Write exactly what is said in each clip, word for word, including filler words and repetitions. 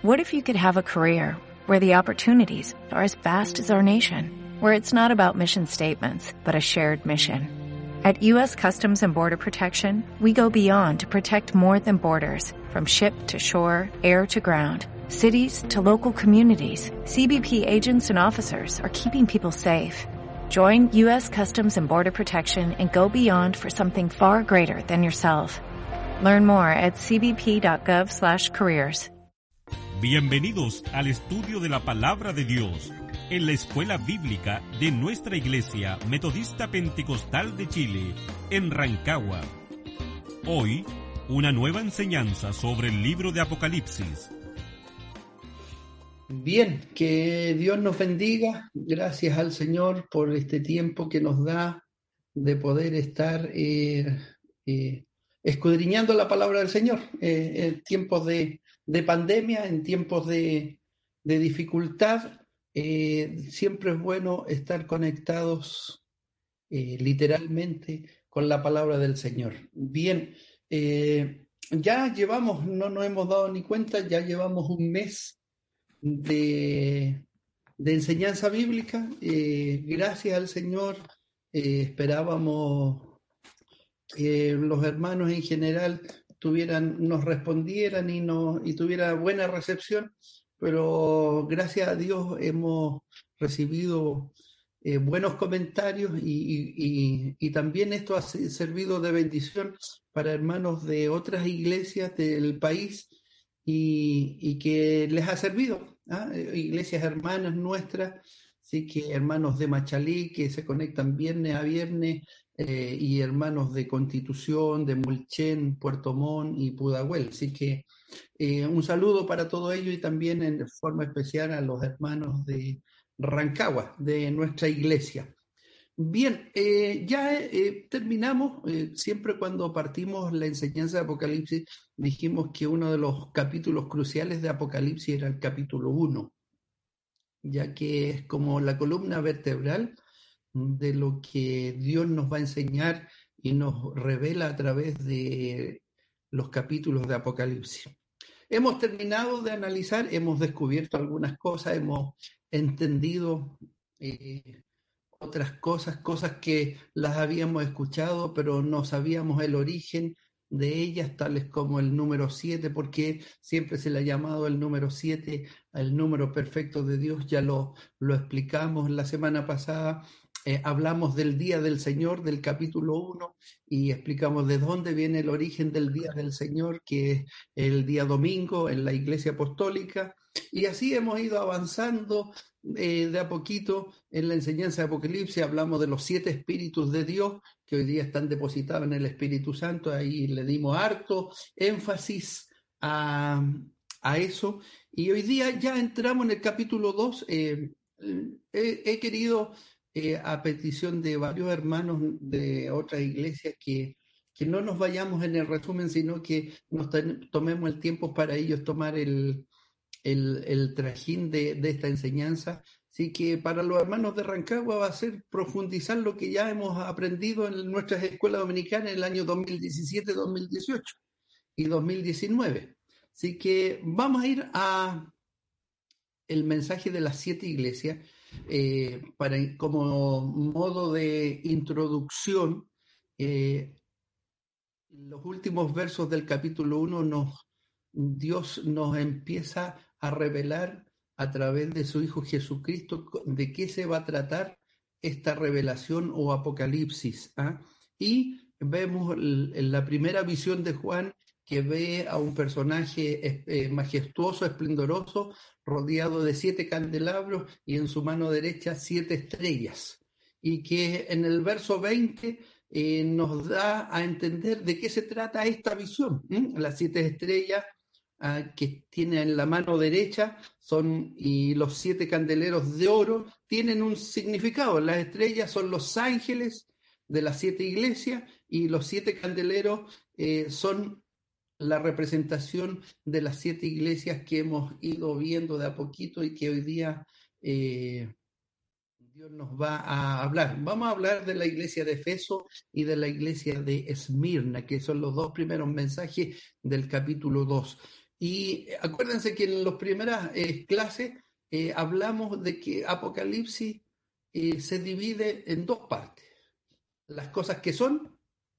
What if you could have a career where the opportunities are as vast as our nation, where it's not about mission statements, but a shared mission? At U S Customs and Border Protection, we go beyond to protect more than borders, from ship to shore, air to ground, cities to local communities. C B P agents and officers are keeping people safe. Join U S Customs and Border Protection and go beyond for something far greater than yourself. Learn more at c b p dot gov slash careers. Bienvenidos al estudio de la Palabra de Dios en la Escuela Bíblica de nuestra Iglesia Metodista Pentecostal de Chile, en Rancagua. Hoy, una nueva enseñanza sobre el libro de Apocalipsis. Bien, que Dios nos bendiga. Gracias al Señor por este tiempo que nos da de poder estar eh, eh, escudriñando la palabra del Señor eh, en tiempos de, de pandemia, en tiempos de, de dificultad. Eh, siempre es bueno estar conectados eh, literalmente con la palabra del Señor. Bien, eh, ya llevamos, no nos hemos dado ni cuenta, ya llevamos un mes de, de enseñanza bíblica. Eh, gracias al Señor, eh, esperábamos que los hermanos en general tuvieran, nos respondieran y, nos, y tuviera buena recepción, pero gracias a Dios hemos recibido eh, buenos comentarios y, y, y, y también esto ha servido de bendición para hermanos de otras iglesias del país y, y que les ha servido, ¿eh? Iglesias hermanas nuestras, sí, que hermanos de Machalí que se conectan viernes a viernes, eh, y hermanos de Constitución, de Mulchen, Puerto Montt y Pudahuel. Así que eh, un saludo para todo ello y también en forma especial a los hermanos de Rancagua, de nuestra iglesia. Bien, eh, ya eh, terminamos. Eh, siempre cuando partimos la enseñanza de Apocalipsis dijimos que uno de los capítulos cruciales de Apocalipsis era el capítulo uno, ya que es como la columna vertebral de lo que Dios nos va a enseñar y nos revela a través de los capítulos de Apocalipsis. Hemos terminado de analizar, hemos descubierto algunas cosas, hemos entendido eh, otras cosas, cosas que las habíamos escuchado, pero no sabíamos el origen de ellas, tales como el número siete, porque siempre se le ha llamado el número siete, el número perfecto de Dios. Ya lo, lo explicamos la semana pasada. Eh, hablamos del Día del Señor, del capítulo uno, y explicamos de dónde viene el origen del Día del Señor, que es el día domingo en la Iglesia Apostólica, y así hemos ido avanzando eh, de a poquito en la enseñanza de Apocalipsis. Hablamos de los siete espíritus de Dios, que hoy día están depositados en el Espíritu Santo. Ahí le dimos harto énfasis a, a eso, y hoy día ya entramos en el capítulo dos. eh, he, he querido... Eh, a petición de varios hermanos de otras iglesias que, que no nos vayamos en el resumen, sino que nos ten, tomemos el tiempo para ellos tomar el, el, el trajín de, de esta enseñanza. Así que para los hermanos de Rancagua va a ser profundizar lo que ya hemos aprendido en nuestras escuelas dominicanas en el año dos mil diecisiete, dos mil dieciocho y dos mil diecinueve. Así que vamos a ir a el mensaje de las siete iglesias. Eh, para, como modo de introducción, eh, los últimos versos del capítulo uno, nos, Dios nos empieza a revelar a través de su Hijo Jesucristo de qué se va a tratar esta revelación o apocalipsis, ¿eh? Y vemos el, la primera visión de Juan, que ve a un personaje eh, majestuoso, esplendoroso, rodeado de siete candelabros y en su mano derecha siete estrellas. Y que en el verso veinte eh, nos da a entender de qué se trata esta visión. ¿Mm? Las siete estrellas ah, que tiene en la mano derecha son, y los siete candeleros de oro tienen un significado. Las estrellas son los ángeles de las siete iglesias y los siete candeleros eh, son la representación de las siete iglesias que hemos ido viendo de a poquito y que hoy día eh, Dios nos va a hablar. Vamos a hablar de la iglesia de Efeso y de la iglesia de Esmirna, que son los dos primeros mensajes del capítulo dos. Y acuérdense que en las primeras eh, clases eh, hablamos de que Apocalipsis eh, se divide en dos partes, las cosas que son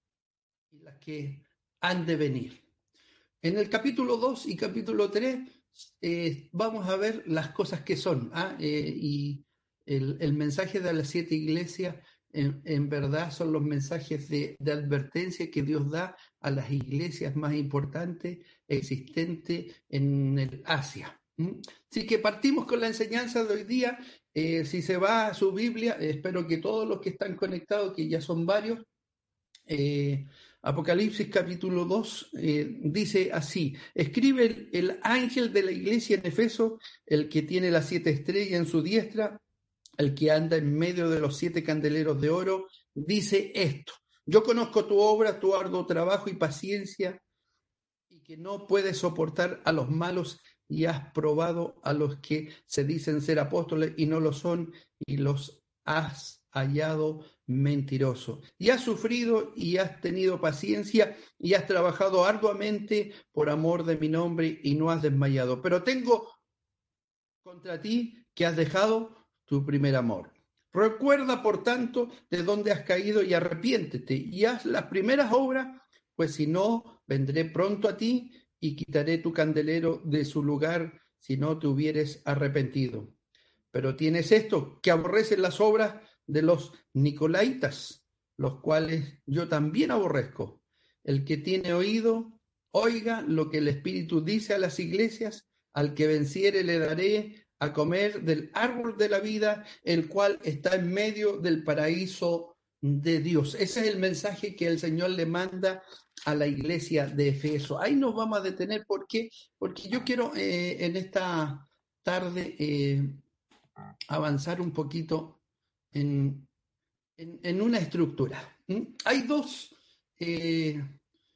y las que han de venir. En el capítulo dos y capítulo tres eh, vamos a ver las cosas que son, ¿ah? eh, y el, el mensaje de las siete iglesias en, en verdad son los mensajes de, de advertencia que Dios da a las iglesias más importantes existentes en el Asia. ¿Mm? Así que partimos con la enseñanza de hoy día. Eh, si se va a su Biblia, eh, espero que todos los que están conectados, que ya son varios, eh, Apocalipsis capítulo dos eh, dice así: escribe el, el ángel de la iglesia en Efeso, el que tiene las siete estrellas en su diestra, el que anda en medio de los siete candeleros de oro, dice esto: yo conozco tu obra, tu arduo trabajo y paciencia, y que no puedes soportar a los malos, y has probado a los que se dicen ser apóstoles y no lo son, y los has hallado mentiroso. Y has sufrido y has tenido paciencia y has trabajado arduamente por amor de mi nombre y no has desmayado. Pero tengo contra ti que has dejado tu primer amor. Recuerda, por tanto, de dónde has caído y arrepiéntete y haz las primeras obras, pues si no, vendré pronto a ti y quitaré tu candelero de su lugar si no te hubieres arrepentido. Pero tienes esto, que aborrecen las obras de los nicolaitas, los cuales yo también aborrezco. El que tiene oído, oiga lo que el Espíritu dice a las iglesias. Al que venciere le daré a comer del árbol de la vida, el cual está en medio del paraíso de Dios. Ese es el mensaje que el Señor le manda a la iglesia de Efeso. Ahí nos vamos a detener. ¿Por qué? Porque yo quiero eh, en esta tarde eh, avanzar un poquito en, en, en una estructura. ¿Mm? Hay dos, eh,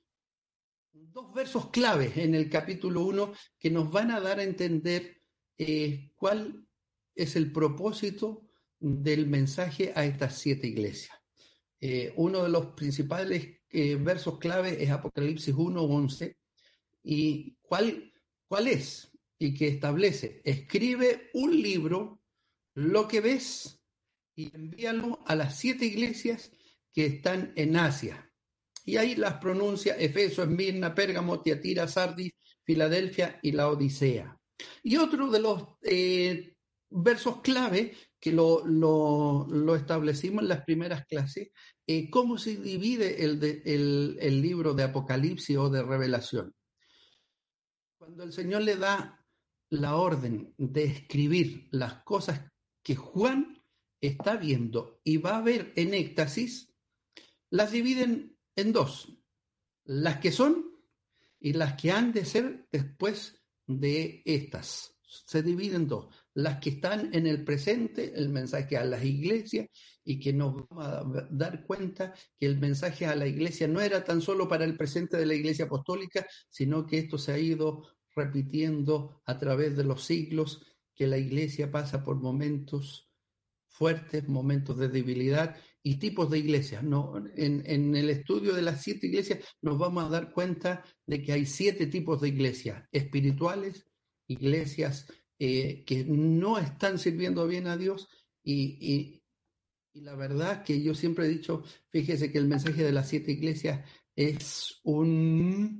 dos versos claves en el capítulo uno que nos van a dar a entender eh, cuál es el propósito del mensaje a estas siete iglesias. Eh, uno de los principales eh, versos clave es Apocalipsis uno once. ¿Y cuál, cuál es? Y que establece: escribe un libro lo que ves y envíalo a las siete iglesias que están en Asia. Y ahí las pronuncia: Efeso, Esmirna, Pérgamo, Tiatira, Sardis, Filadelfia y la Odisea. Y otro de los eh, versos clave que lo, lo, lo establecimos en las primeras clases, eh, cómo se divide el, de, el, el libro de Apocalipsis o de Revelación. Cuando el Señor le da la orden de escribir las cosas que Juan está viendo y va a ver en éxtasis, las dividen en dos: las que son y las que han de ser después de estas. Se dividen en dos: las que están en el presente, el mensaje a las iglesias, y que nos vamos a dar cuenta que el mensaje a la iglesia no era tan solo para el presente de la iglesia apostólica, sino que esto se ha ido repitiendo a través de los siglos, que la iglesia pasa por momentos fuertes, momentos de debilidad y tipos de iglesias. No, en, en el estudio de las siete iglesias nos vamos a dar cuenta de que hay siete tipos de iglesias: espirituales, iglesias eh, que no están sirviendo bien a Dios, y, y, y la verdad que yo siempre he dicho, fíjese que el mensaje de las siete iglesias es un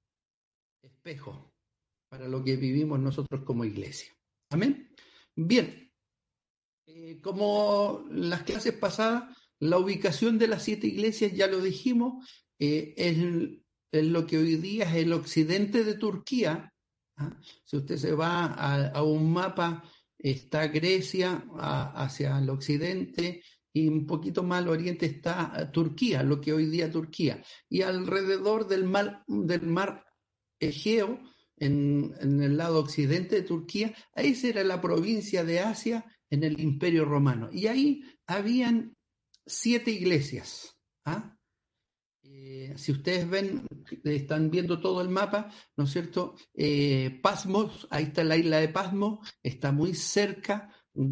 espejo para lo que vivimos nosotros como iglesia. Amén. Bien, eh, como las clases pasadas, la ubicación de las siete iglesias, ya lo dijimos, eh, es, es lo que hoy día es el occidente de Turquía. ¿Ah? Si usted se va a, a un mapa, está Grecia a, hacia el occidente, y un poquito más al oriente está Turquía, lo que hoy día Turquía. Y alrededor del mar, del mar Egeo, En, en el lado occidente de Turquía, ahí era la provincia de Asia en el Imperio Romano. Y ahí habían siete iglesias. ¿Ah? Eh, si ustedes ven, están viendo todo el mapa, ¿no es cierto? Eh, Pasmos, ahí está la isla de Pasmos, está muy cerca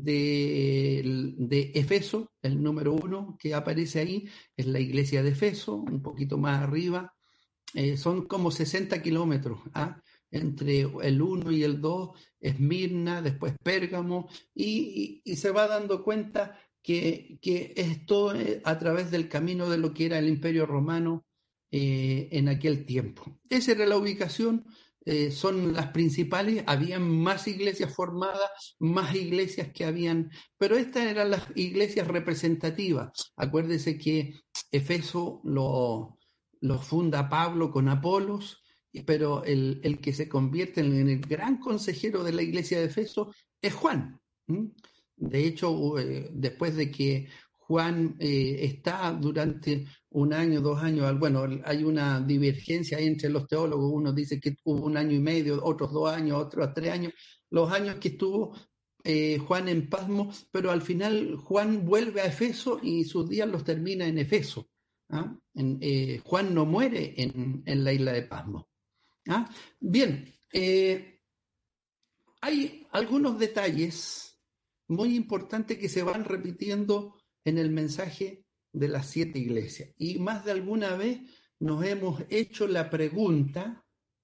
de, de Efeso, el número uno que aparece ahí, es la iglesia de Efeso, un poquito más arriba. Eh, son como sesenta kilómetros, ¿ah? entre el uno y el dos, Esmirna, después Pérgamo, y, y, y se va dando cuenta que, que es todo a través del camino de lo que era el Imperio Romano eh, en aquel tiempo. Esa era la ubicación. Eh, son las principales, habían más iglesias formadas, más iglesias que habían, pero estas eran las iglesias representativas. Acuérdese que Efeso lo, lo funda Pablo con Apolos, pero el, el que se convierte en el gran consejero de la iglesia de Efeso es Juan. ¿Mm? De hecho, eh, después de que Juan eh, está durante un año, dos años, bueno, hay una divergencia entre los teólogos, uno dice que hubo un año y medio, otros dos años, otros tres años, los años que estuvo eh, Juan en Patmos, pero al final Juan vuelve a Efeso y sus días los termina en Efeso. ¿Ah? En, eh, Juan no muere en, en la isla de Patmos. ¿Ah? Bien, eh, hay algunos detalles muy importantes que se van repitiendo en el mensaje de las siete iglesias. Y más de alguna vez nos hemos hecho la pregunta,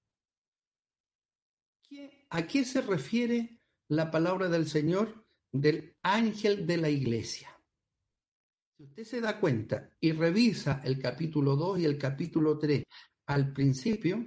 ¿a qué se refiere la palabra del Señor del ángel de la iglesia? Si usted se da cuenta y revisa el capítulo dos y el capítulo tres al principio,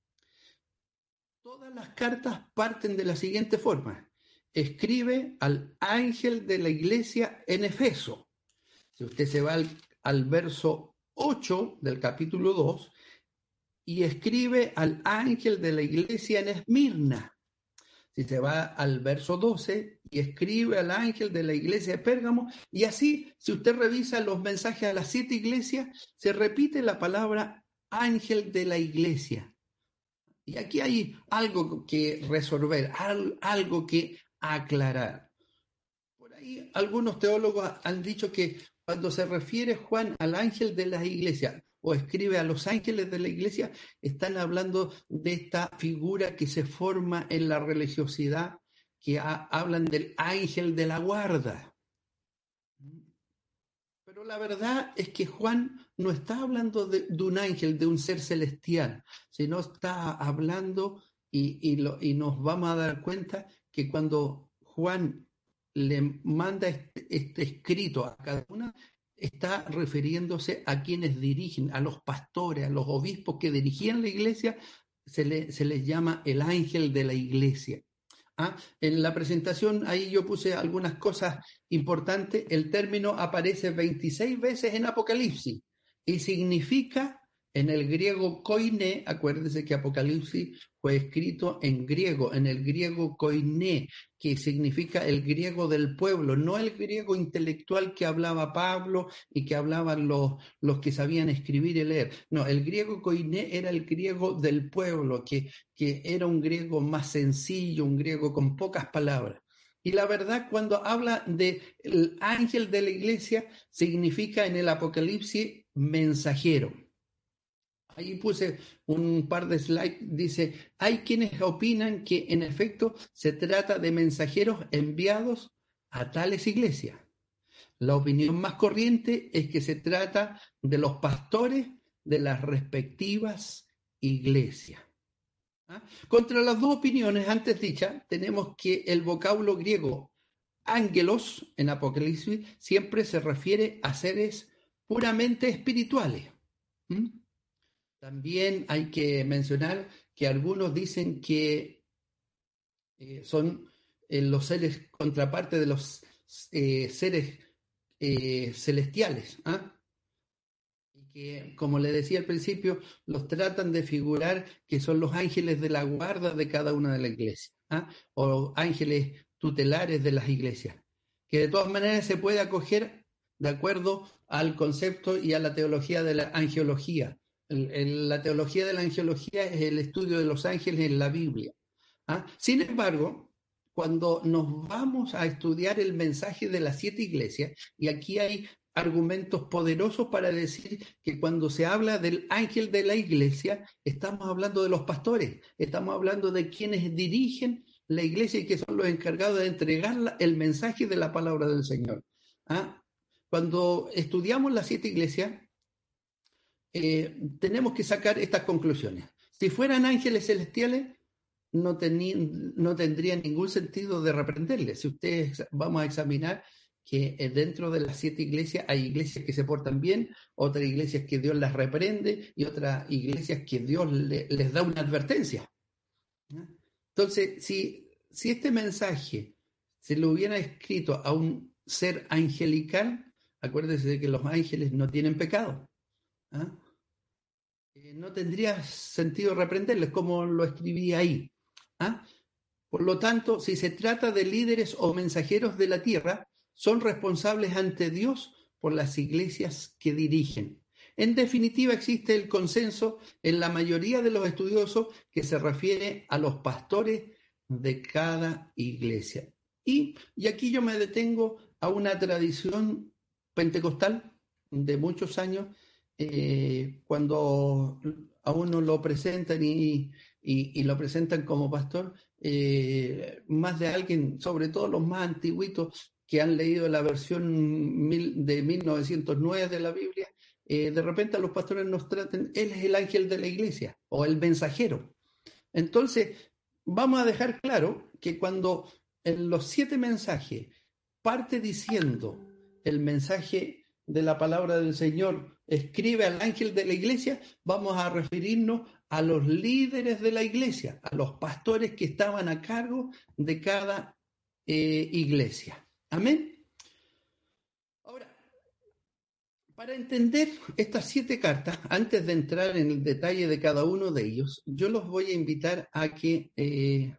todas las cartas parten de la siguiente forma. Escribe al ángel de la iglesia en Efeso. Si usted se va al, al verso ocho del capítulo dos y escribe al ángel de la iglesia en Esmirna. Si se va al verso doce y escribe al ángel de la iglesia de Pérgamo, y así, si usted revisa los mensajes a las siete iglesias, se repite la palabra ángel de la iglesia. Y aquí hay algo que resolver, algo que aclarar. Por ahí algunos teólogos han dicho que cuando se refiere Juan al ángel de la iglesia o escribe a los ángeles de la iglesia, están hablando de esta figura que se forma en la religiosidad, que ha, hablan del ángel de la guarda. Pero la verdad es que Juan no está hablando de, de un ángel, de un ser celestial, sino está hablando y, y, lo, y nos vamos a dar cuenta que cuando Juan le manda este, este escrito a cada una, está refiriéndose a quienes dirigen, a los pastores, a los obispos que dirigían la iglesia, se, le, se les llama el ángel de la iglesia. ¿Ah? En la presentación ahí yo puse algunas cosas importantes. El término aparece veintiséis veces en Apocalipsis y significa, en el griego koiné, acuérdense que Apocalipsis fue escrito en griego, en el griego koiné, que significa el griego del pueblo, no el griego intelectual que hablaba Pablo y que hablaban los, los que sabían escribir y leer. No, el griego koiné era el griego del pueblo, que, que era un griego más sencillo, un griego con pocas palabras. Y la verdad, cuando habla del ángel de la iglesia, significa en el Apocalipsis mensajero. Ahí puse un par de slides, dice, hay quienes opinan que en efecto se trata de mensajeros enviados a tales iglesias. La opinión más corriente es que se trata de los pastores de las respectivas iglesias. ¿Ah? Contra las dos opiniones antes dichas, tenemos que el vocablo griego ángelos en Apocalipsis siempre se refiere a seres puramente espirituales. ¿Mm? También hay que mencionar que algunos dicen que eh, son eh, los seres contraparte de los eh, seres eh, celestiales, ¿ah? Y que, como le decía al principio, los tratan de figurar que son los ángeles de la guarda de cada una de las iglesias, ¿ah? O ángeles tutelares de las iglesias, que de todas maneras se puede acoger de acuerdo al concepto y a la teología de la angelología. La teología de la angelología es el estudio de los ángeles en la Biblia. ¿Ah? Sin embargo, cuando nos vamos a estudiar el mensaje de las siete iglesias, y aquí hay argumentos poderosos para decir que cuando se habla del ángel de la iglesia, estamos hablando de los pastores, estamos hablando de quienes dirigen la iglesia y que son los encargados de entregar el mensaje de la palabra del Señor. ¿Ah? Cuando estudiamos las siete iglesias, Eh, tenemos que sacar estas conclusiones. Si fueran ángeles celestiales, no, tení, no tendría ningún sentido de reprenderle. Si ustedes vamos a examinar que dentro de las siete iglesias hay iglesias que se portan bien, otras iglesias que Dios las reprende y otras iglesias que Dios le, les da una advertencia. Entonces, si, si este mensaje se lo hubiera escrito a un ser angelical, acuérdense de que los ángeles no tienen pecado, ¿ah? eh, no tendría sentido reprenderles como lo escribí ahí, ¿ah? Por lo tanto, si se trata de líderes o mensajeros de la tierra, son responsables ante Dios por las iglesias que dirigen. En definitiva, existe el consenso en la mayoría de los estudiosos que se refiere a los pastores de cada iglesia. Y, y aquí yo me detengo a una tradición pentecostal de muchos años, eh, cuando a uno lo presentan y, y, y lo presentan como pastor, eh, más de alguien, sobre todo los más antiguitos, que han leído la versión mil, de mil novecientos nueve de la Biblia, eh, de repente a los pastores nos tratan, él es el ángel de la iglesia o el mensajero. Entonces, vamos a dejar claro que cuando en los siete mensajes parte diciendo el mensaje de la palabra del Señor, escribe al ángel de la iglesia, vamos a referirnos a los líderes de la iglesia, a los pastores que estaban a cargo de cada eh, iglesia. Amén. Ahora, para entender estas siete cartas, antes de entrar en el detalle de cada uno de ellos, yo los voy a invitar a que eh,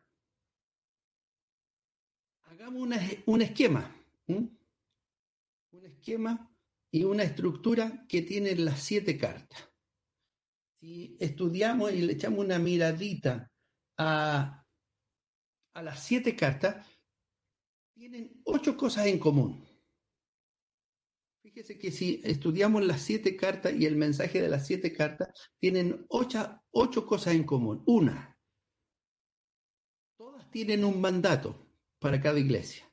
hagamos una, un esquema, ¿sí? un esquema y una estructura que tienen las siete cartas. Si estudiamos y le echamos una miradita a, a las siete cartas, tienen ocho cosas en común. Fíjese que si estudiamos las siete cartas y el mensaje de las siete cartas, tienen ocho, ocho cosas en común. Una, todas tienen un mandato para cada iglesia.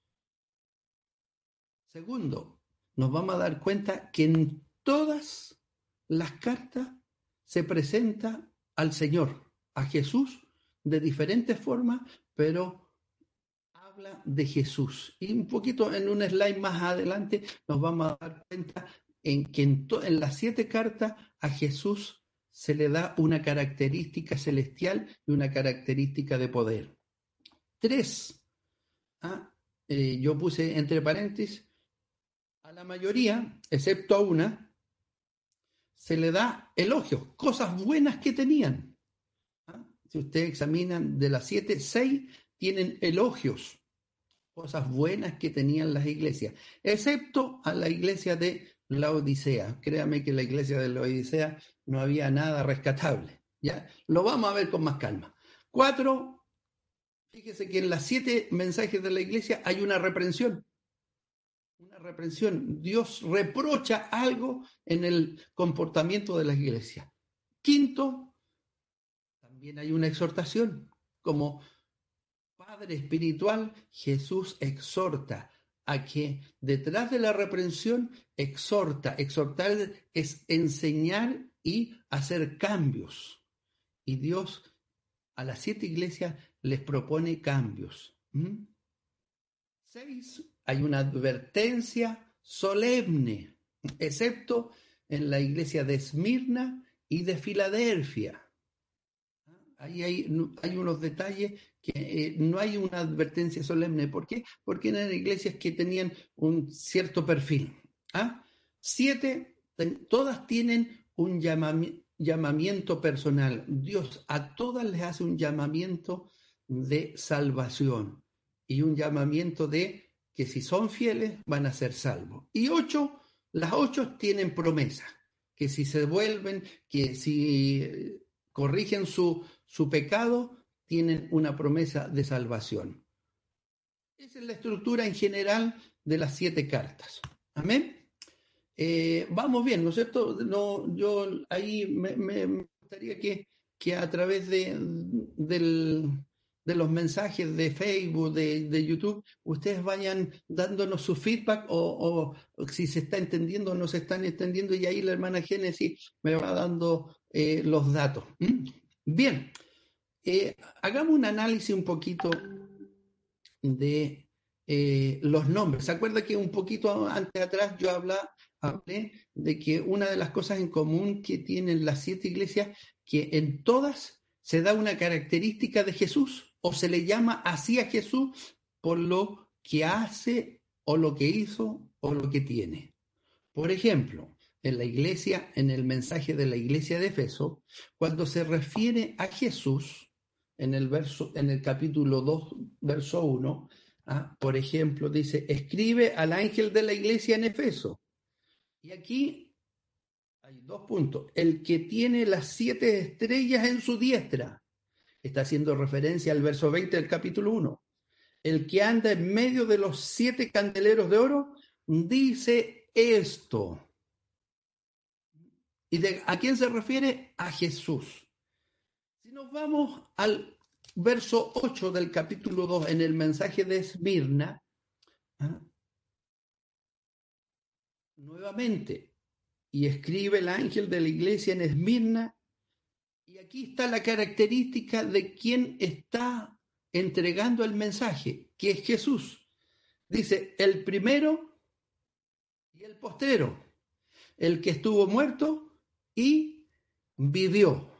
Segundo, nos vamos a dar cuenta que en todas las cartas se presenta al Señor, a Jesús, de diferentes formas, pero habla de Jesús. Y un poquito en un slide más adelante nos vamos a dar cuenta en que en, to- en las siete cartas a Jesús se le da una característica celestial y una característica de poder. Tres, ¿ah? eh, yo puse entre paréntesis, a la mayoría, excepto a una, se le da elogios, cosas buenas que tenían. ¿Ah? Si ustedes examinan de las siete, seis tienen elogios, cosas buenas que tenían las iglesias, excepto a la iglesia de Laodicea. Créame que en la iglesia de Laodicea no había nada rescatable. ¿Ya? Lo vamos a ver con más calma. Cuatro, fíjese que en las siete mensajes de la iglesia hay una reprensión. Una reprensión. Dios reprocha algo en el comportamiento de la iglesia. Quinto, también hay una exhortación. Como Padre espiritual, Jesús exhorta a que detrás de la reprensión exhorta. Exhortar es enseñar y hacer cambios. Y Dios a las siete iglesias les propone cambios. ¿Mm? Seis, hay una advertencia solemne, excepto en la iglesia de Esmirna y de Filadelfia. Ahí hay, hay unos detalles que eh, no hay una advertencia solemne. ¿Por qué? Porque eran iglesias que tenían un cierto perfil. ¿Ah? Siete, ten, todas tienen un llamami- llamamiento personal. Dios a todas les hace un llamamiento de salvación y un llamamiento de que si son fieles van a ser salvos. Y ocho, las ocho tienen promesa, que si se vuelven, que si corrigen su, su pecado, tienen una promesa de salvación. Esa es la estructura en general de las siete cartas. Amén. Eh, vamos bien, ¿no es cierto? No, yo ahí me, me gustaría que, que a través de, del, de los mensajes de Facebook, de, de YouTube, ustedes vayan dándonos su feedback o, o, o si se está entendiendo o no se están entendiendo, y ahí la hermana Génesis me va dando eh, los datos. ¿Mm? Bien. eh, hagamos un análisis un poquito de eh, los nombres. ¿Se acuerda que un poquito antes atrás yo hablaba, hablé de que una de las cosas en común que tienen las siete iglesias, que en todas se da una característica de Jesús, o se le llama así a Jesús por lo que hace, o lo que hizo, o lo que tiene? Por ejemplo, en la iglesia, en el mensaje de la iglesia de Efeso, cuando se refiere a Jesús, en el verso, en el capítulo dos, verso uno, ¿ah? Por ejemplo, dice, escribe al ángel de la iglesia en Efeso. Y aquí hay dos puntos. El que tiene las siete estrellas en su diestra, está haciendo referencia al verso veinte del capítulo uno. El que anda en medio de los siete candeleros de oro, dice esto. ¿Y de, a quién se refiere? A Jesús. Si nos vamos al verso ocho del capítulo dos, en el mensaje de Esmirna, ¿ah? nuevamente, y escribe el ángel de la iglesia en Esmirna, y aquí está la característica de quien está entregando el mensaje, que es Jesús. Dice, el primero y el postrero, el que estuvo muerto y vivió.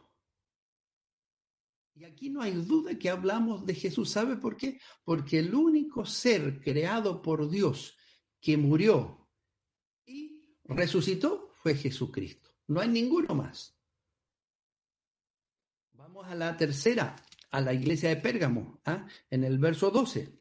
Y aquí no hay duda que hablamos de Jesús. ¿Sabe por qué? Porque el único ser creado por Dios que murió y resucitó fue Jesucristo. No hay ninguno más. Vamos a la tercera, a la iglesia de Pérgamo, ¿ah? En el verso doce.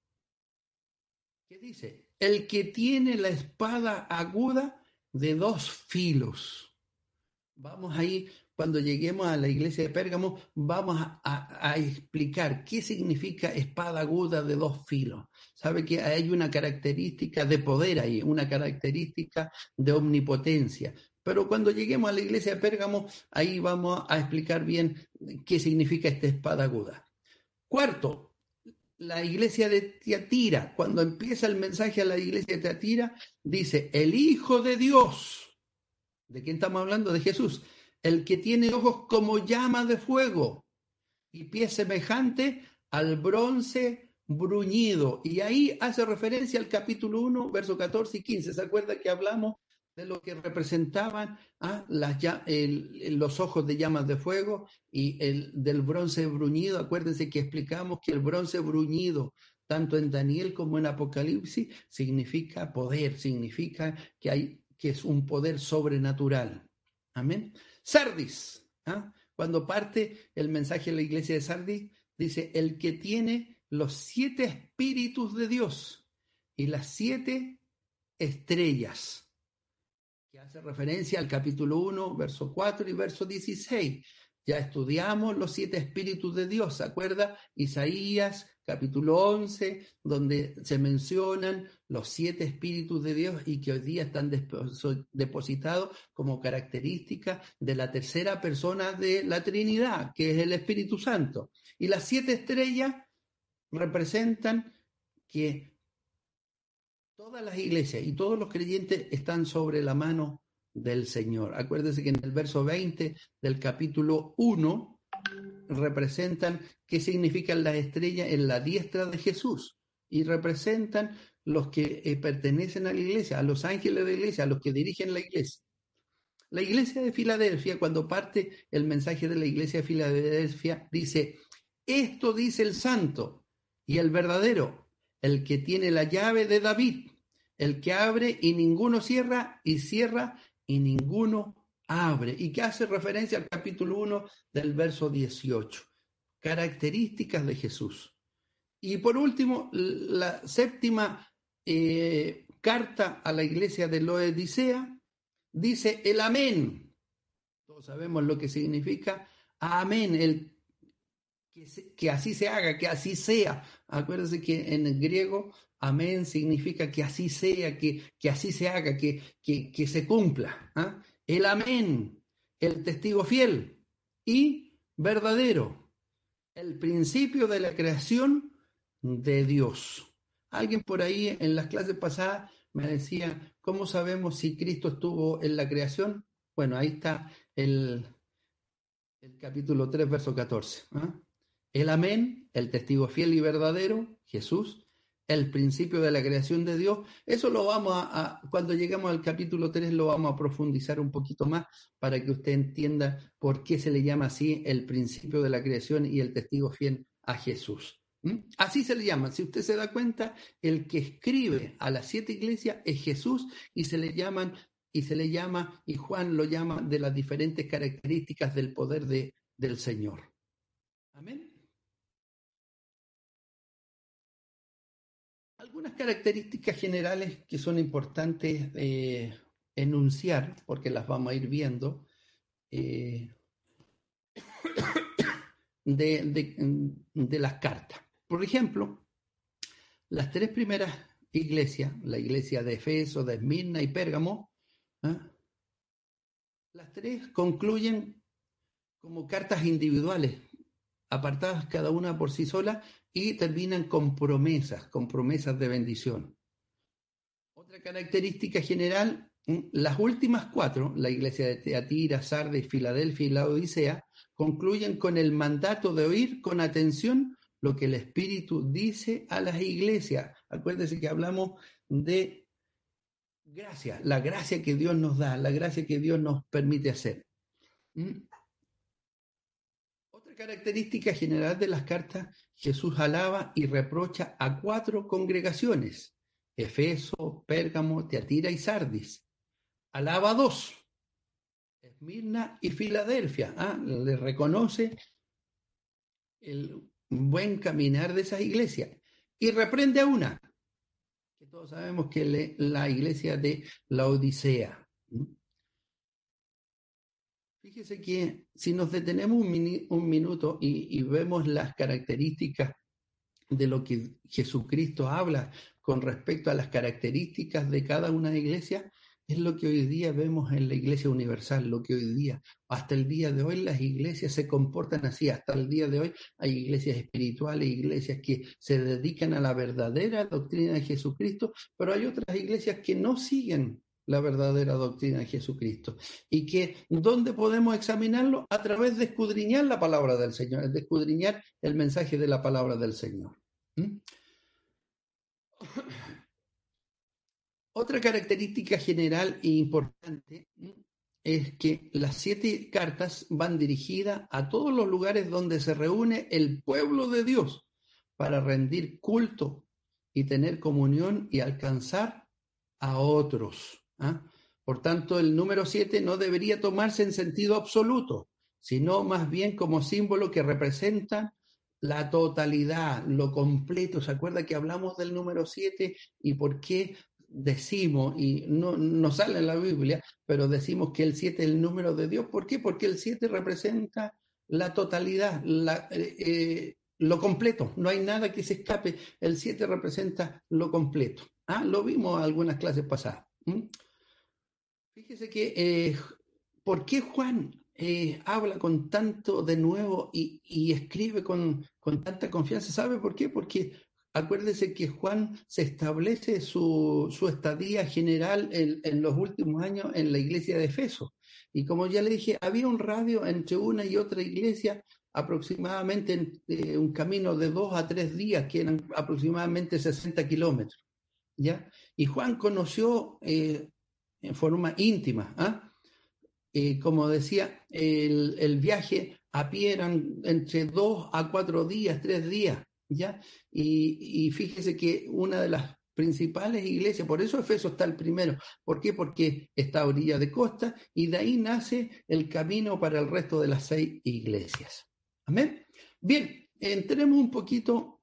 ¿Qué dice? El que tiene la espada aguda de dos filos. Vamos ahí, cuando lleguemos a la iglesia de Pérgamo, vamos a, a, a explicar qué significa espada aguda de dos filos. Sabe que hay una característica de poder ahí, una característica de omnipotencia. Pero cuando lleguemos a la iglesia de Pérgamo, ahí vamos a explicar bien qué significa esta espada aguda. Cuarto, la iglesia de Tiatira. Cuando empieza el mensaje a la iglesia de Tiatira, dice, el Hijo de Dios. ¿De quién estamos hablando? De Jesús. El que tiene ojos como llama de fuego y pies semejante al bronce bruñido. Y ahí hace referencia al capítulo uno, versos catorce y quince. ¿Se acuerda que hablamos de lo que representaban ¿ah? Las, el, los ojos de llamas de fuego y el del bronce bruñido? Acuérdense que explicamos que el bronce bruñido, tanto en Daniel como en Apocalipsis, significa poder, significa que hay que es un poder sobrenatural. Amén. Sardis, ¿ah? Cuando parte el mensaje de la iglesia de Sardis, dice, el que tiene los siete espíritus de Dios y las siete estrellas, que hace referencia al capítulo uno, verso cuatro y verso dieciséis. Ya estudiamos los siete espíritus de Dios, ¿se acuerda? Isaías, capítulo once, donde se mencionan los siete espíritus de Dios y que hoy día están depositados como característica de la tercera persona de la Trinidad, que es el Espíritu Santo. Y las siete estrellas representan que todas las iglesias y todos los creyentes están sobre la mano del Señor. Acuérdense que en el verso veinte del capítulo uno representan qué significan las estrellas en la diestra de Jesús y representan los que eh, pertenecen a la iglesia, a los ángeles de la iglesia, a los que dirigen la iglesia. La iglesia de Filadelfia, cuando parte el mensaje de la iglesia de Filadelfia, dice, esto dice el santo y el verdadero, el que tiene la llave de David, el que abre y ninguno cierra, y cierra y ninguno abre, y que hace referencia al capítulo uno del verso dieciocho. Características de Jesús. Y por último, la séptima eh, carta a la iglesia de Laodicea dice el amén. Todos sabemos lo que significa amén, el que, se, que así se haga, que así sea. Acuérdense que en el griego amén significa que así sea, que, que así se haga, que, que, que se cumpla. ¿Ah? El amén, el testigo fiel y verdadero, el principio de la creación de Dios. Alguien por ahí en las clases pasadas me decía, ¿cómo sabemos si Cristo estuvo en la creación? Bueno, ahí está el, el capítulo tres, verso catorce. ¿eh? El amén, el testigo fiel y verdadero, Jesús, el principio de la creación de Dios. Eso lo vamos a, a, cuando lleguemos al capítulo tres, lo vamos a profundizar un poquito más para que usted entienda por qué se le llama así el principio de la creación y el testigo fiel a Jesús. ¿Mm? Así se le llama. Si usted se da cuenta, el que escribe a las siete iglesias es Jesús y se le llaman, y se le llama, y Juan lo llama de las diferentes características del poder de, del Señor. Amén. Algunas características generales que son importantes eh, enunciar, porque las vamos a ir viendo, eh, de, de, de las cartas. Por ejemplo, las tres primeras iglesias, la iglesia de Efeso, de Esmirna y Pérgamo, ¿eh? las tres concluyen como cartas individuales, apartadas cada una por sí sola, y terminan con promesas, con promesas de bendición. Otra característica general, las últimas cuatro, la iglesia de Teatira, Sardes, Filadelfia y la Odisea, concluyen con el mandato de oír con atención lo que el Espíritu dice a las iglesias. Acuérdense que hablamos de gracia, la gracia que Dios nos da, la gracia que Dios nos permite hacer. ¿Mm? Característica general de las cartas, Jesús alaba y reprocha a cuatro congregaciones, Efeso, Pérgamo, Teatira y Sardis. Alaba a dos, Esmirna y Filadelfia. ¿Ah? Le reconoce el buen caminar de esas iglesias. Y reprende a una, que todos sabemos que es la iglesia de la Odisea. Fíjese que si nos detenemos un, mini, un minuto y, y vemos las características de lo que Jesucristo habla con respecto a las características de cada una de las iglesias, es lo que hoy día vemos en la Iglesia Universal, lo que hoy día, hasta el día de hoy, las iglesias se comportan así. Hasta el día de hoy hay iglesias espirituales, iglesias que se dedican a la verdadera doctrina de Jesucristo, pero hay otras iglesias que no siguen la verdadera doctrina de Jesucristo. Y que, ¿dónde podemos examinarlo? A través de escudriñar la palabra del Señor, de escudriñar el mensaje de la palabra del Señor. ¿Mm? Otra característica general e importante es que las siete cartas van dirigidas a todos los lugares donde se reúne el pueblo de Dios para rendir culto y tener comunión y alcanzar a otros. ¿Ah? Por tanto, el número siete no debería tomarse en sentido absoluto, sino más bien como símbolo que representa la totalidad, lo completo. ¿Se acuerda que hablamos del número siete y por qué decimos, y no, no sale en la Biblia, pero decimos que el siete es el número de Dios? ¿Por qué? Porque el siete representa la totalidad, la, eh, lo completo. No hay nada que se escape. El siete representa lo completo. ¿Ah? Lo vimos en algunas clases pasadas. ¿Mm? Fíjese que, eh, ¿por qué Juan eh, habla con tanto de nuevo y, y escribe con, con tanta confianza? ¿Sabe por qué? Porque acuérdese que Juan se establece su, su estadía general en, en los últimos años en la iglesia de Efeso. Y como ya le dije, había un radio entre una y otra iglesia, aproximadamente en, eh, un camino de dos a tres días, que eran aproximadamente sesenta kilómetros. ¿Ya? Y Juan conoció eh, en forma íntima, ¿ah? eh, como decía, el, el viaje a pie eran entre dos a cuatro días, tres días, ¿ya? Y, y fíjese que una de las principales iglesias, por eso Efeso está el primero. ¿Por qué? Porque está a orilla de costa y de ahí nace el camino para el resto de las seis iglesias. ¿Amén? Bien, entremos un poquito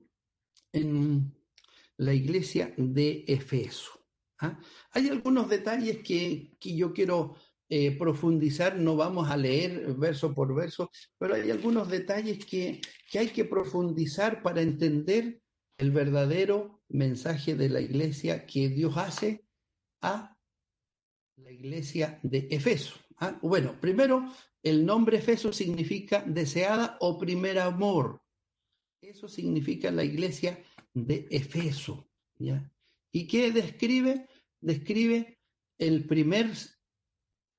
en la iglesia de Efeso. ¿Ah? Hay algunos detalles que, que yo quiero eh, profundizar, no vamos a leer verso por verso, pero hay algunos detalles que, que hay que profundizar para entender el verdadero mensaje de la iglesia que Dios hace a la iglesia de Efeso. ¿Ah? Bueno, primero, el nombre Efeso significa deseada o primer amor. Eso significa la iglesia de Efeso. ¿Ya? ¿Y qué describe? Describe el primer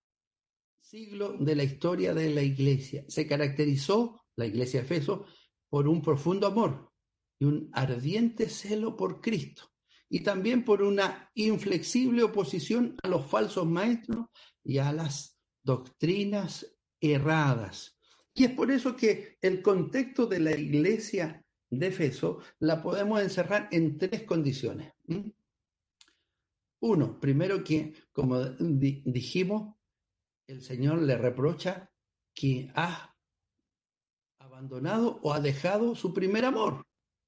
siglo de la historia de la iglesia. Se caracterizó, la iglesia de Efeso, por un profundo amor y un ardiente celo por Cristo, y también por una inflexible oposición a los falsos maestros y a las doctrinas erradas. Y es por eso que el contexto de la iglesia de Efeso la podemos encerrar en tres condiciones. ¿Mm? Uno, primero que, como di- dijimos, el Señor le reprocha que ha abandonado o ha dejado su primer amor.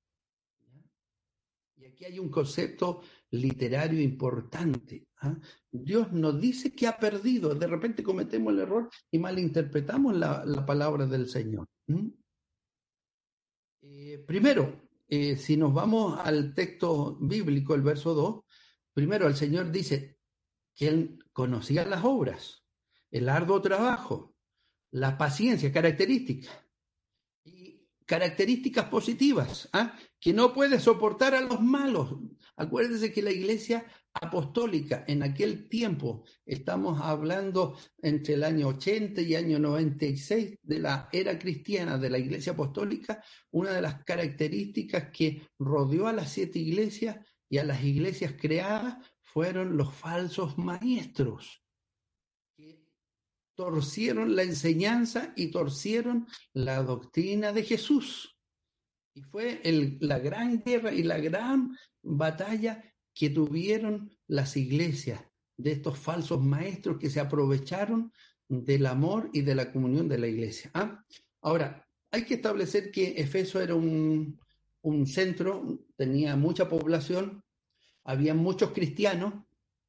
Y aquí hay un concepto literario importante. ¿Ah? Dios nos dice que ha perdido. De repente cometemos el error y malinterpretamos la, la palabra del Señor. ¿Mm? Eh, primero, eh, si nos vamos al texto bíblico, el verso dos, primero el Señor dice que Él conocía las obras, el arduo trabajo, la paciencia, características. Y características positivas, ¿ah? Que no puede soportar a los malos. Acuérdense que la iglesia apostólica en aquel tiempo, estamos hablando entre el año ochenta y año noventa y seis de la era cristiana de la iglesia apostólica, una de las características que rodeó a las siete iglesias y a las iglesias creadas fueron los falsos maestros, que torcieron la enseñanza y torcieron la doctrina de Jesús. Y fue el, la gran guerra y la gran batalla que tuvieron las iglesias de estos falsos maestros que se aprovecharon del amor y de la comunión de la iglesia. ¿Ah? Ahora, hay que establecer que Efeso era un, un centro, tenía mucha población, había muchos cristianos.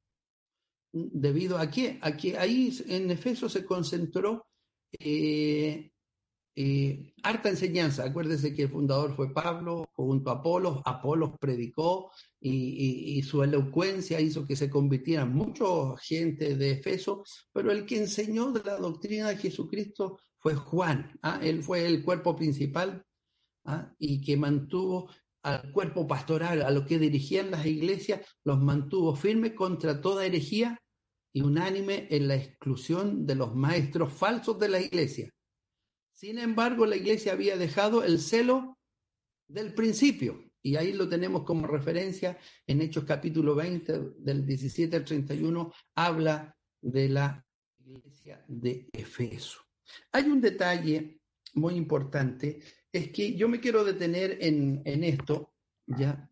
¿Debido a qué? A que ahí en Efeso se concentró eh, eh, harta enseñanza. Acuérdense que el fundador fue Pablo, junto a Apolos. Apolos predicó y, y, y su elocuencia hizo que se convirtieran mucha gente de Efeso, pero el que enseñó de la doctrina de Jesucristo fue Juan. ¿Ah? Él fue el cuerpo principal, ¿ah? Y que mantuvo al cuerpo pastoral, a lo que dirigían las iglesias, los mantuvo firmes contra toda herejía y unánime en la exclusión de los maestros falsos de la iglesia. Sin embargo, la iglesia había dejado el celo del principio, y ahí lo tenemos como referencia en Hechos capítulo veinte, del diecisiete al treinta y uno, habla de la iglesia de Efeso. Hay un detalle muy importante, es que yo me quiero detener en, en esto, ya.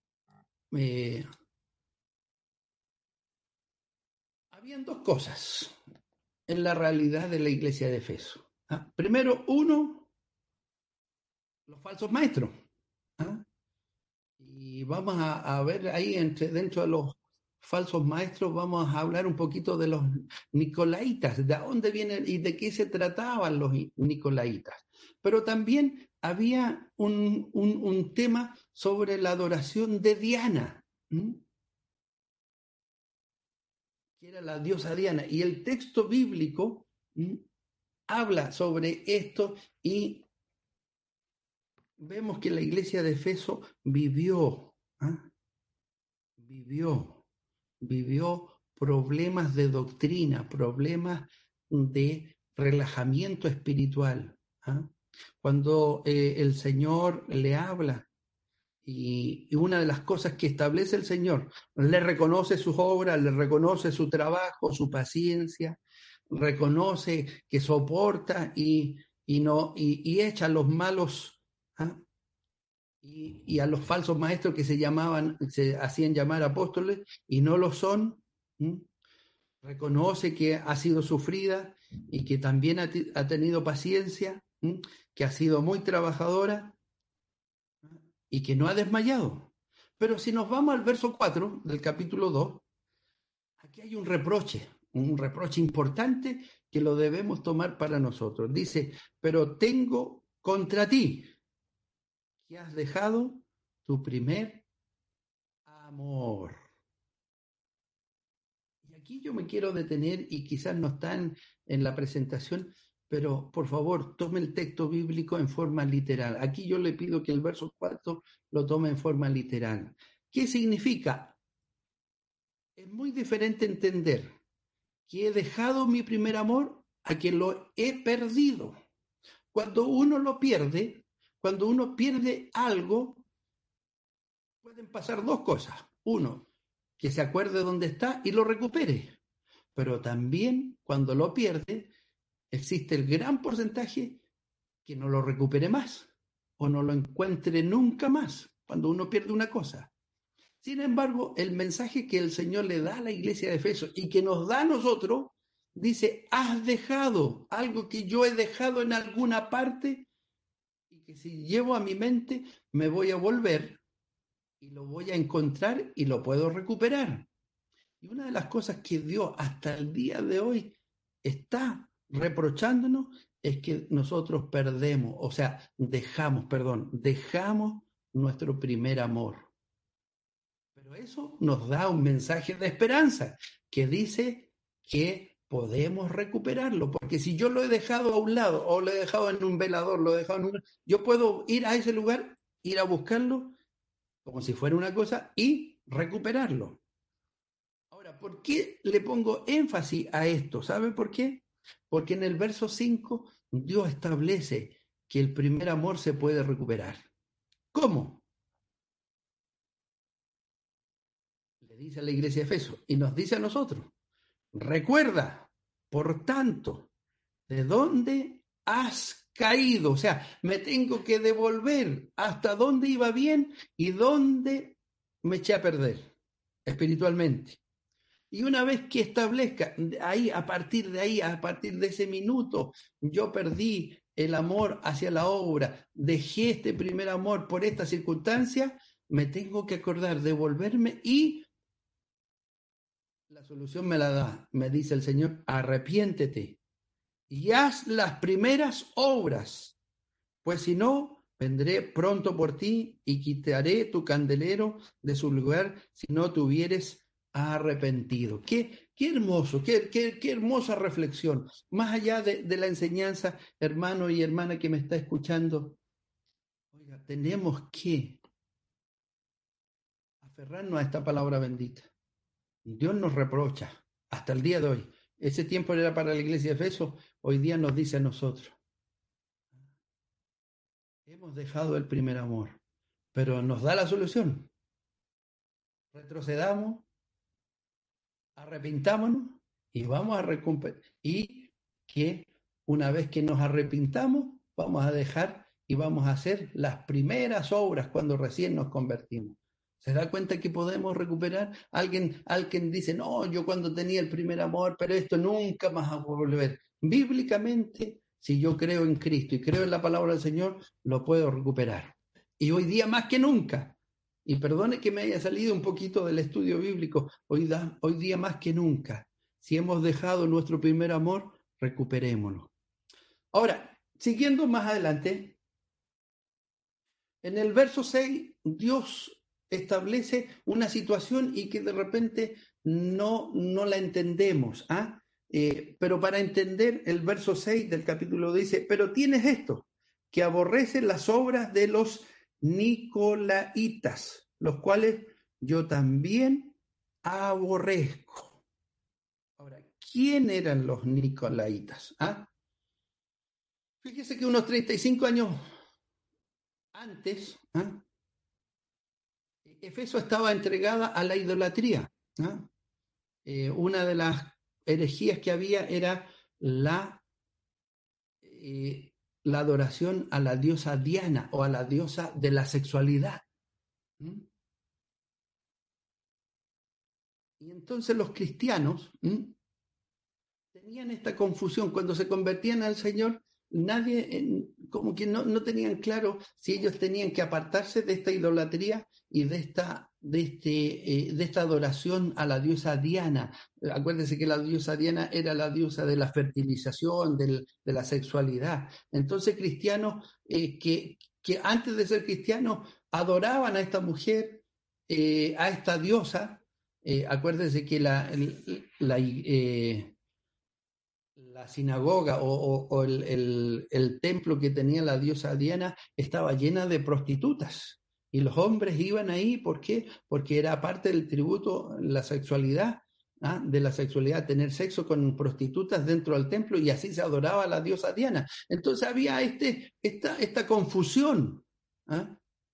Eh, habían dos cosas en la realidad de la iglesia de Efeso. ¿Ah? Primero, uno, los falsos maestros. ¿Ah? Y vamos a, a ver ahí, entre, dentro de los falsos maestros, vamos a hablar un poquito de los nicolaitas, de dónde vienen y de qué se trataban los nicolaitas. Pero también había un, un, un tema sobre la adoración de Diana, ¿Mm? que era la diosa Diana. Y el texto bíblico ¿Mm? habla sobre esto, y vemos que la iglesia de Efeso vivió, ¿eh? vivió, vivió problemas de doctrina, problemas de relajamiento espiritual. ¿eh? Cuando eh, el Señor le habla, y, y una de las cosas que establece el Señor, le reconoce sus obras, le reconoce su trabajo, su paciencia, reconoce que soporta y, y, no, y, y echa a los malos, ¿ah? y, y a los falsos maestros que se llamaban, se hacían llamar apóstoles y no lo son. ¿Mm? Reconoce que ha sido sufrida y que también ha, ha tenido paciencia, ¿Mm? que ha sido muy trabajadora y que no ha desmayado. Pero si nos vamos al verso cuatro del capítulo dos, aquí hay un reproche, un reproche importante que lo debemos tomar para nosotros. Dice, pero tengo contra ti que has dejado tu primer amor. Y aquí yo me quiero detener, y quizás no están en la presentación, pero por favor, tome el texto bíblico en forma literal. Aquí yo le pido que el verso cuatro lo tome en forma literal. ¿Qué significa? Es muy diferente entender que he dejado mi primer amor a que lo he perdido. Cuando uno lo pierde, cuando uno pierde algo, pueden pasar dos cosas. Uno, que se acuerde dónde está y lo recupere. Pero también cuando lo pierde, existe el gran porcentaje que no lo recupere más o no lo encuentre nunca más cuando uno pierde una cosa. Sin embargo, el mensaje que el Señor le da a la iglesia de Efesios y que nos da a nosotros, dice, has dejado algo que yo he dejado en alguna parte y que si llevo a mi mente me voy a volver y lo voy a encontrar y lo puedo recuperar. Y una de las cosas que Dios hasta el día de hoy está reprochándonos es que nosotros perdemos, o sea, dejamos, perdón, dejamos nuestro primer amor. Pero eso nos da un mensaje de esperanza que dice que podemos recuperarlo, porque si yo lo he dejado a un lado o lo he dejado en un velador, lo he dejado en un... yo puedo ir a ese lugar, ir a buscarlo como si fuera una cosa y recuperarlo. Ahora, ¿por qué le pongo énfasis a esto? ¿Sabe por qué? Porque en el verso cinco Dios establece que el primer amor se puede recuperar. ¿Cómo? Le dice a la iglesia de Efeso y nos dice a nosotros, recuerda, por tanto, de dónde has caído. O sea, me tengo que devolver hasta dónde iba bien y dónde me eché a perder espiritualmente. Y una vez que establezca, ahí, a partir de ahí, a partir de ese minuto, yo perdí el amor hacia la obra, dejé este primer amor por esta circunstancia, me tengo que acordar de volverme y la solución me la da, me dice el Señor, arrepiéntete y haz las primeras obras, pues si no, vendré pronto por ti y quitaré tu candelero de su lugar si no te hubieres arrepentido. Qué, qué hermoso, qué, qué, qué hermosa reflexión. Más allá de, de la enseñanza, hermano y hermana que me está escuchando, oiga, tenemos que aferrarnos a esta palabra bendita. Dios nos reprocha hasta el día de hoy. Ese tiempo era para la iglesia de Efeso, hoy día nos dice a nosotros. Hemos dejado el primer amor, pero nos da la solución. Retrocedamos, arrepintámonos y vamos a recuperar. Y que una vez que nos arrepintamos, vamos a dejar y vamos a hacer las primeras obras cuando recién nos convertimos. ¿Se da cuenta que podemos recuperar? Alguien, alguien dice, no, yo cuando tenía el primer amor, pero esto nunca más va a volver. Bíblicamente, si yo creo en Cristo y creo en la palabra del Señor, lo puedo recuperar. Y hoy día más que nunca, y perdone que me haya salido un poquito del estudio bíblico, hoy, da, hoy día más que nunca, si hemos dejado nuestro primer amor, recuperémoslo. Ahora, siguiendo más adelante, en el verso seis, Dios establece una situación y que de repente no, no la entendemos. ¿ah? Eh, pero para entender el verso seis del capítulo dice, pero tienes esto, que aborrecen las obras de los nicolaitas, los cuales yo también aborrezco. Ahora, ¿quién eran los nicolaitas? ¿Ah? Fíjese que unos treinta y cinco años antes, ¿ah? Efeso estaba entregada a la idolatría. ¿ah? Eh, una de las herejías que había era la, eh, la adoración a la diosa Diana o a la diosa de la sexualidad. ¿Mm? Y entonces los cristianos ¿mm? tenían esta confusión. Cuando se convertían al Señor, nadie, eh, como que no, no tenían claro si ellos tenían que apartarse de esta idolatría y de esta, de, este, eh, de esta adoración a la diosa Diana. Acuérdense que la diosa Diana era la diosa de la fertilización, del, de la sexualidad. Entonces cristianos eh, que, que antes de ser cristianos adoraban a esta mujer, eh, a esta diosa. Eh, acuérdense que la... la eh, la sinagoga o, o, o el, el, el templo que tenía la diosa Diana estaba llena de prostitutas y los hombres iban ahí, ¿por qué? Porque era parte del tributo la sexualidad ¿ah? de la sexualidad, tener sexo con prostitutas dentro del templo, y así se adoraba a la diosa Diana. Entonces había este, esta, esta confusión ¿ah?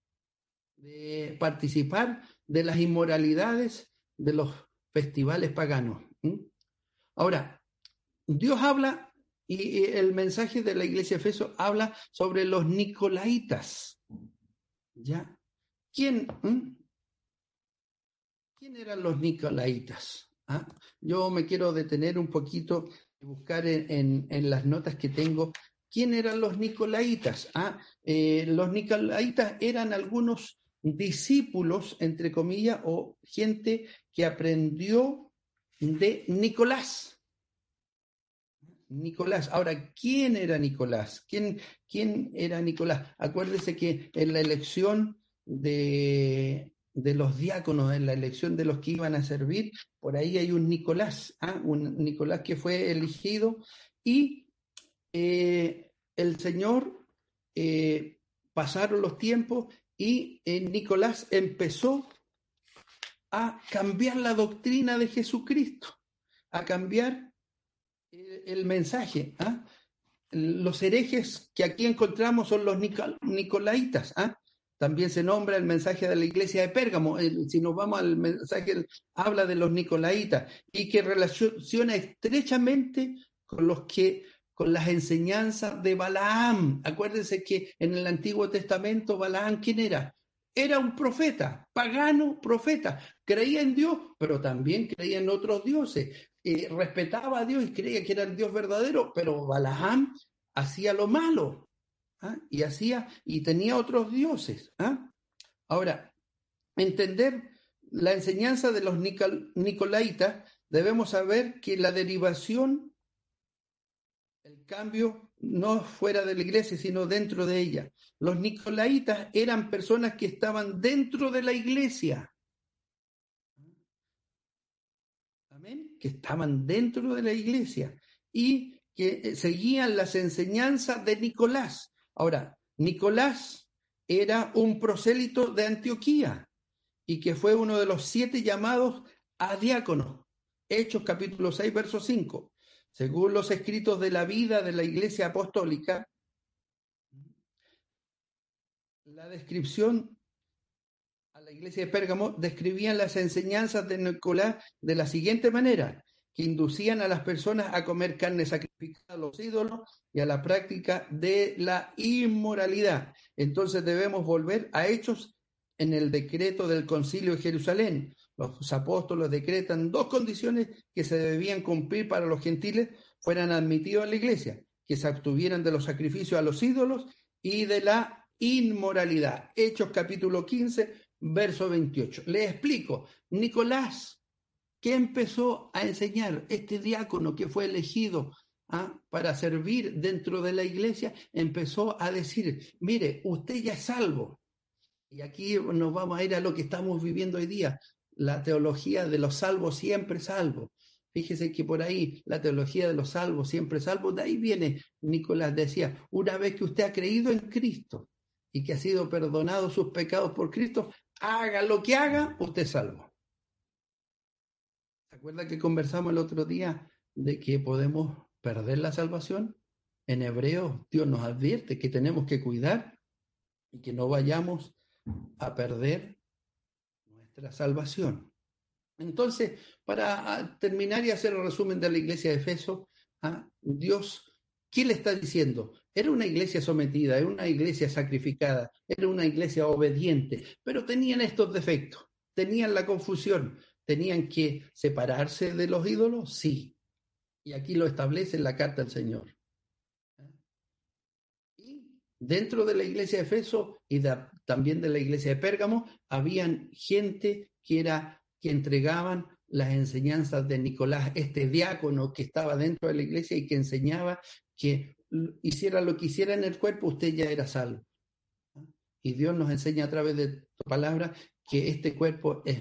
de participar de las inmoralidades de los festivales paganos. ¿Mm? Ahora, Dios habla, y el mensaje de la iglesia de Efeso habla sobre los nicolaitas. ¿Ya? ¿Quién, ¿Mm? ¿Quién eran los nicolaitas? ¿Ah? Yo me quiero detener un poquito y buscar en, en, en las notas que tengo. ¿Quién eran los nicolaitas? ¿Ah? Eh, los nicolaitas eran algunos discípulos, entre comillas, o gente que aprendió de Nicolás. Nicolás. Ahora, ¿quién era Nicolás? ¿Quién, quién era Nicolás? Acuérdese que en la elección de, de los diáconos, en la elección de los que iban a servir, por ahí hay un Nicolás, ¿ah? un Nicolás que fue elegido, y eh, el Señor, eh, pasaron los tiempos, y eh, Nicolás empezó a cambiar la doctrina de Jesucristo, a cambiar eh, el mensaje. ¿ah? Los herejes que aquí encontramos son los nicol- nicolaitas. ¿ah? También se nombra el mensaje de la iglesia de Pérgamo. El, si nos vamos al mensaje, habla de los nicolaitas, y que relaciona estrechamente con los que con las enseñanzas de Balaam. Acuérdense que en el Antiguo Testamento Balaam, ¿quién era? Era un profeta, pagano profeta. Creía en Dios, pero también creía en otros dioses. Eh, respetaba a Dios y creía que era el Dios verdadero, pero Balaam hacía lo malo. ¿ah? Y hacía y tenía otros dioses. ¿ah? Ahora, entender la enseñanza de los nicol- nicolaitas, debemos saber que la derivación, el cambio, no fuera de la iglesia, sino dentro de ella. Los nicolaitas eran personas que estaban dentro de la iglesia. Amén. Que estaban dentro de la iglesia y que seguían las enseñanzas de Nicolás. Ahora, Nicolás era un prosélito de Antioquía y que fue uno de los siete llamados a diáconos. Hechos capítulo seis, verso cinco. Según los escritos de la vida de la iglesia apostólica, la descripción a la iglesia de Pérgamo describían las enseñanzas de Nicolás de la siguiente manera, que inducían a las personas a comer carne sacrificada a los ídolos y a la práctica de la inmoralidad. Entonces debemos volver a Hechos en el decreto del Concilio de Jerusalén. Los apóstoles decretan dos condiciones que se debían cumplir para los gentiles fueran admitidos a la iglesia, que se abstuvieran de los sacrificios a los ídolos y de la inmoralidad. Hechos capítulo quince, verso veintiocho. Les explico. Nicolás, ¿qué empezó a enseñar? Este diácono que fue elegido ¿ah? para servir dentro de la iglesia, empezó a decir, mire, usted ya es salvo. Y aquí nos vamos a ir a lo que estamos viviendo hoy día, la teología de los salvos siempre salvos. Fíjese que por ahí la teología de los salvos siempre salvos, de ahí viene, Nicolás decía, una vez que usted ha creído en Cristo y que ha sido perdonado sus pecados por Cristo, haga lo que haga, usted es salvo. ¿Se acuerda que conversamos el otro día de que podemos perder la salvación? En Hebreos Dios nos advierte que tenemos que cuidar y que no vayamos a perder nuestra salvación. Entonces, para terminar y hacer el resumen de la iglesia de Efeso, ¿ah? Dios, ¿qué le está diciendo? Era una iglesia sometida, era una iglesia sacrificada, era una iglesia obediente, pero tenían estos defectos, tenían la confusión, tenían que separarse de los ídolos, sí. Y aquí lo establece en la carta del Señor. Y dentro de la iglesia de Efeso y de, también de la iglesia de Pérgamo, habían gente que era que entregaban las enseñanzas de Nicolás, este diácono que estaba dentro de la iglesia y que enseñaba que hiciera lo que hiciera en el cuerpo, usted ya era salvo. Y Dios nos enseña a través de tu palabra que este cuerpo es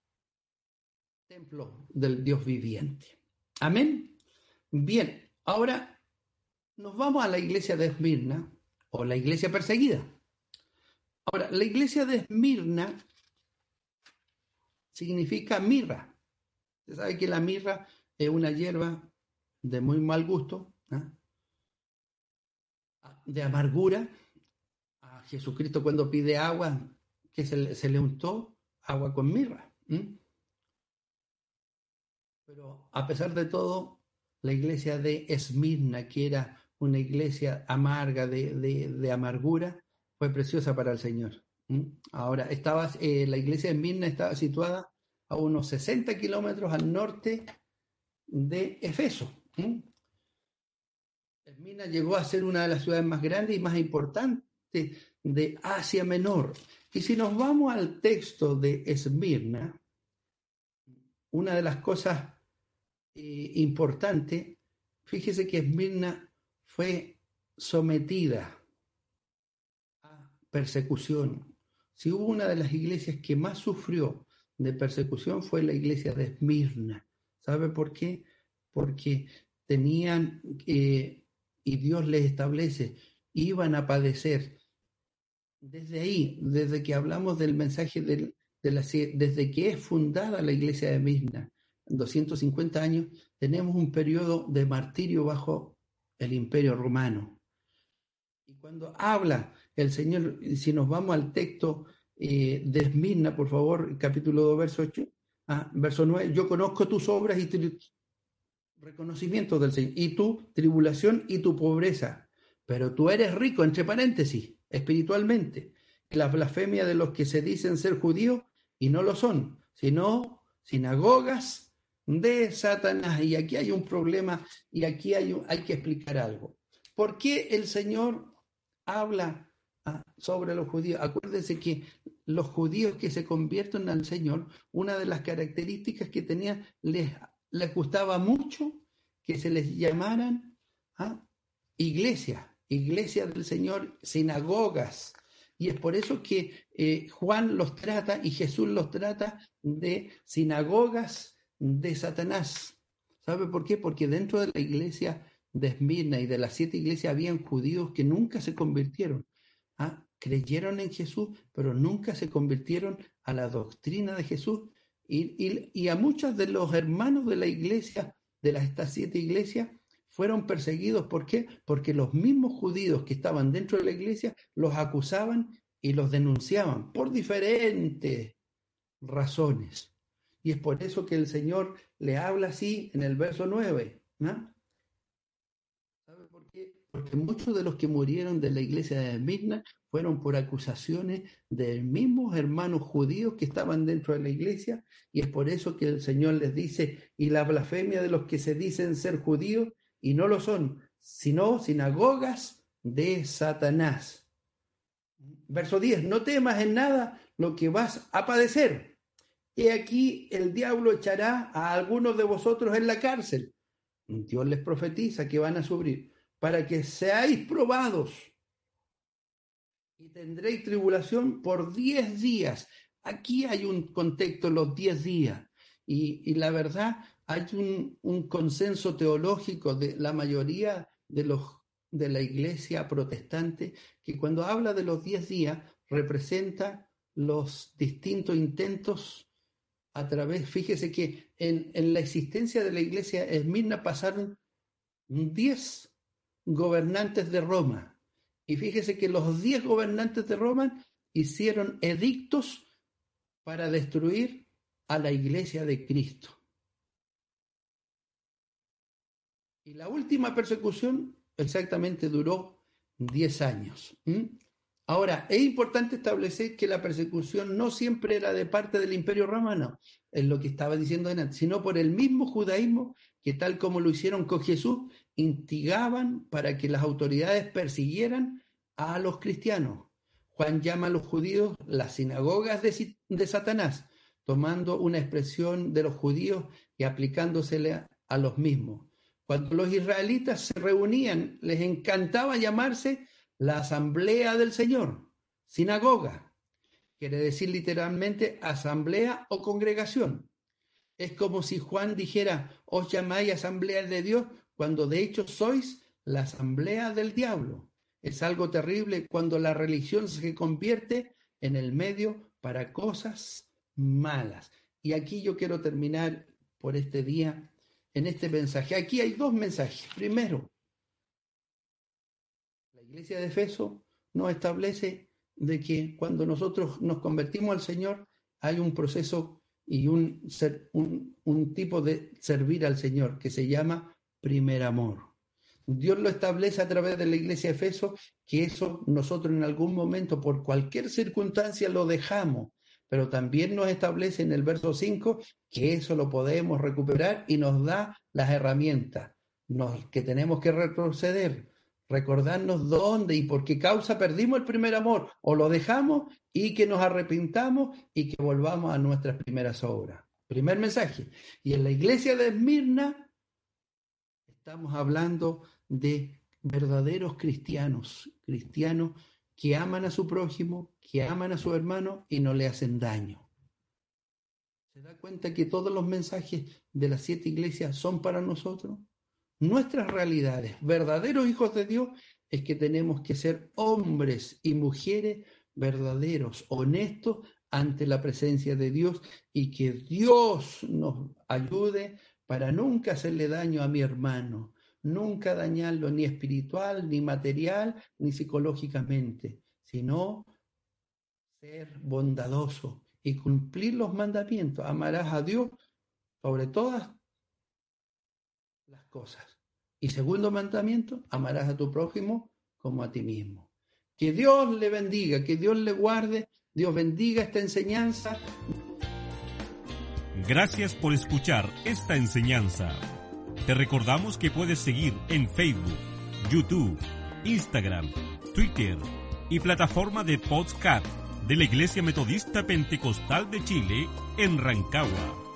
templo del Dios viviente. Amén. Bien, ahora nos vamos a la iglesia de Esmirna, o la iglesia perseguida. Ahora, la iglesia de Esmirna significa mirra. Usted sabe que la mirra es una hierba de muy mal gusto, ¿eh? De amargura. A Jesucristo cuando pide agua, que se le, se le untó agua con mirra. ¿Mm? Pero a pesar de todo, la iglesia de Esmirna, que era una iglesia amarga, de, de, de amargura, fue preciosa para el Señor. ¿Mm? Ahora, estaba, eh, la iglesia de Esmirna estaba situada a unos sesenta kilómetros al norte de Efeso. ¿Mm? Esmirna llegó a ser una de las ciudades más grandes y más importantes de Asia Menor. Y si nos vamos al texto de Esmirna, una de las cosas eh, importantes, fíjese que Esmirna fue sometida a persecución. Si hubo una de las iglesias que más sufrió de persecución fue la iglesia de Esmirna. ¿Sabe por qué? Porque tenían, eh, y Dios les establece, iban a padecer. Desde ahí, desde que hablamos del mensaje, del, de la, desde que es fundada la iglesia de Esmirna, en doscientos cincuenta años, tenemos un periodo de martirio bajo el Imperio Romano. Y cuando habla el Señor, si nos vamos al texto eh, de Esmirna, por favor, capítulo dos, verso ocho, ah, verso nueve, yo conozco tus obras y tu reconocimiento del Señor, y tu tribulación y tu pobreza, pero tú eres rico, entre paréntesis, espiritualmente, la blasfemia de los que se dicen ser judíos y no lo son, sino sinagogas de Satanás. Y aquí hay un problema y aquí hay, un, hay que explicar algo. ¿Por qué el Señor habla ah, sobre los judíos? Acuérdense que los judíos que se convierten al Señor, una de las características que tenían, les, les gustaba mucho que se les llamaran ah, iglesias. Iglesia del Señor, sinagogas. Y es por eso que eh, Juan los trata y Jesús los trata de sinagogas de Satanás. ¿Sabe por qué? Porque dentro de la iglesia de Esmirna y de las siete iglesias habían judíos que nunca se convirtieron. ¿Ah? Creyeron en Jesús, pero nunca se convirtieron a la doctrina de Jesús. Y, y, y a muchos de los hermanos de la iglesia, de las, estas siete iglesias, fueron perseguidos. ¿Por qué? Porque los mismos judíos que estaban dentro de la iglesia los acusaban y los denunciaban por diferentes razones. Y es por eso que el Señor le habla así en el verso nueve. ¿No? ¿Sabe por qué? Porque muchos de los que murieron de la iglesia de Esmirna fueron por acusaciones de mismos hermanos judíos que estaban dentro de la iglesia, y es por eso que el Señor les dice, y la blasfemia de los que se dicen ser judíos y no lo son, sino sinagogas de Satanás. Verso diez, no temas en nada lo que vas a padecer. He aquí el diablo echará a algunos de vosotros en la cárcel. Dios les profetiza que van a sufrir, para que seáis probados. Y tendréis tribulación por diez días. Aquí hay un contexto, los diez días. Y, y la verdad, hay un, un consenso teológico de la mayoría de, los, de la iglesia protestante, que cuando habla de los diez días, representa los distintos intentos a través, fíjese que en, en la existencia de la iglesia Esmirna pasaron diez gobernantes de Roma. Y fíjese que los diez gobernantes de Roma hicieron edictos para destruir a la iglesia de Cristo. Y la última persecución exactamente duró diez años. ¿Mm? Ahora, es importante establecer que la persecución no siempre era de parte del Imperio Romano, es lo que estaba diciendo antes, sino por el mismo judaísmo que, tal como lo hicieron con Jesús, instigaban para que las autoridades persiguieran a los cristianos. Juan llama a los judíos las sinagogas de, de Satanás, tomando una expresión de los judíos y aplicándosele a los mismos. Cuando los israelitas se reunían, les encantaba llamarse la asamblea del Señor, sinagoga, quiere decir literalmente asamblea o congregación. Es como si Juan dijera, os llamáis asamblea de Dios, cuando de hecho sois la asamblea del diablo. Es algo terrible cuando la religión se convierte en el medio para cosas malas. Y aquí yo quiero terminar por este día, en este mensaje. Aquí hay dos mensajes. Primero, la iglesia de Efeso nos establece de que cuando nosotros nos convertimos al Señor, hay un proceso y un, un, un tipo de servir al Señor que se llama primer amor. Dios lo establece a través de la iglesia de Efeso, que eso nosotros en algún momento, por cualquier circunstancia, lo dejamos, pero también nos establece en el verso cinco que eso lo podemos recuperar y nos da las herramientas, nos, que tenemos que retroceder, recordarnos dónde y por qué causa perdimos el primer amor, o lo dejamos y que nos arrepintamos y que volvamos a nuestras primeras obras. Primer mensaje. Y en la iglesia de Esmirna estamos hablando de verdaderos cristianos, cristianos que aman a su prójimo, que aman a su hermano y no le hacen daño. ¿Se da cuenta que todos los mensajes de las siete iglesias son para nosotros? Nuestras realidades, verdaderos hijos de Dios, es que tenemos que ser hombres y mujeres verdaderos, honestos ante la presencia de Dios, y que Dios nos ayude para nunca hacerle daño a mi hermano, nunca dañarlo ni espiritual, ni material, ni psicológicamente, sino ser bondadoso y cumplir los mandamientos. Amarás a Dios sobre todas las cosas. Y segundo mandamiento, amarás a tu prójimo como a ti mismo. Que Dios le bendiga, que Dios le guarde, Dios bendiga esta enseñanza. Gracias por escuchar esta enseñanza. Te recordamos que puedes seguir en Facebook, YouTube, Instagram, Twitter y plataforma de podcast de la Iglesia Metodista Pentecostal de Chile en Rancagua.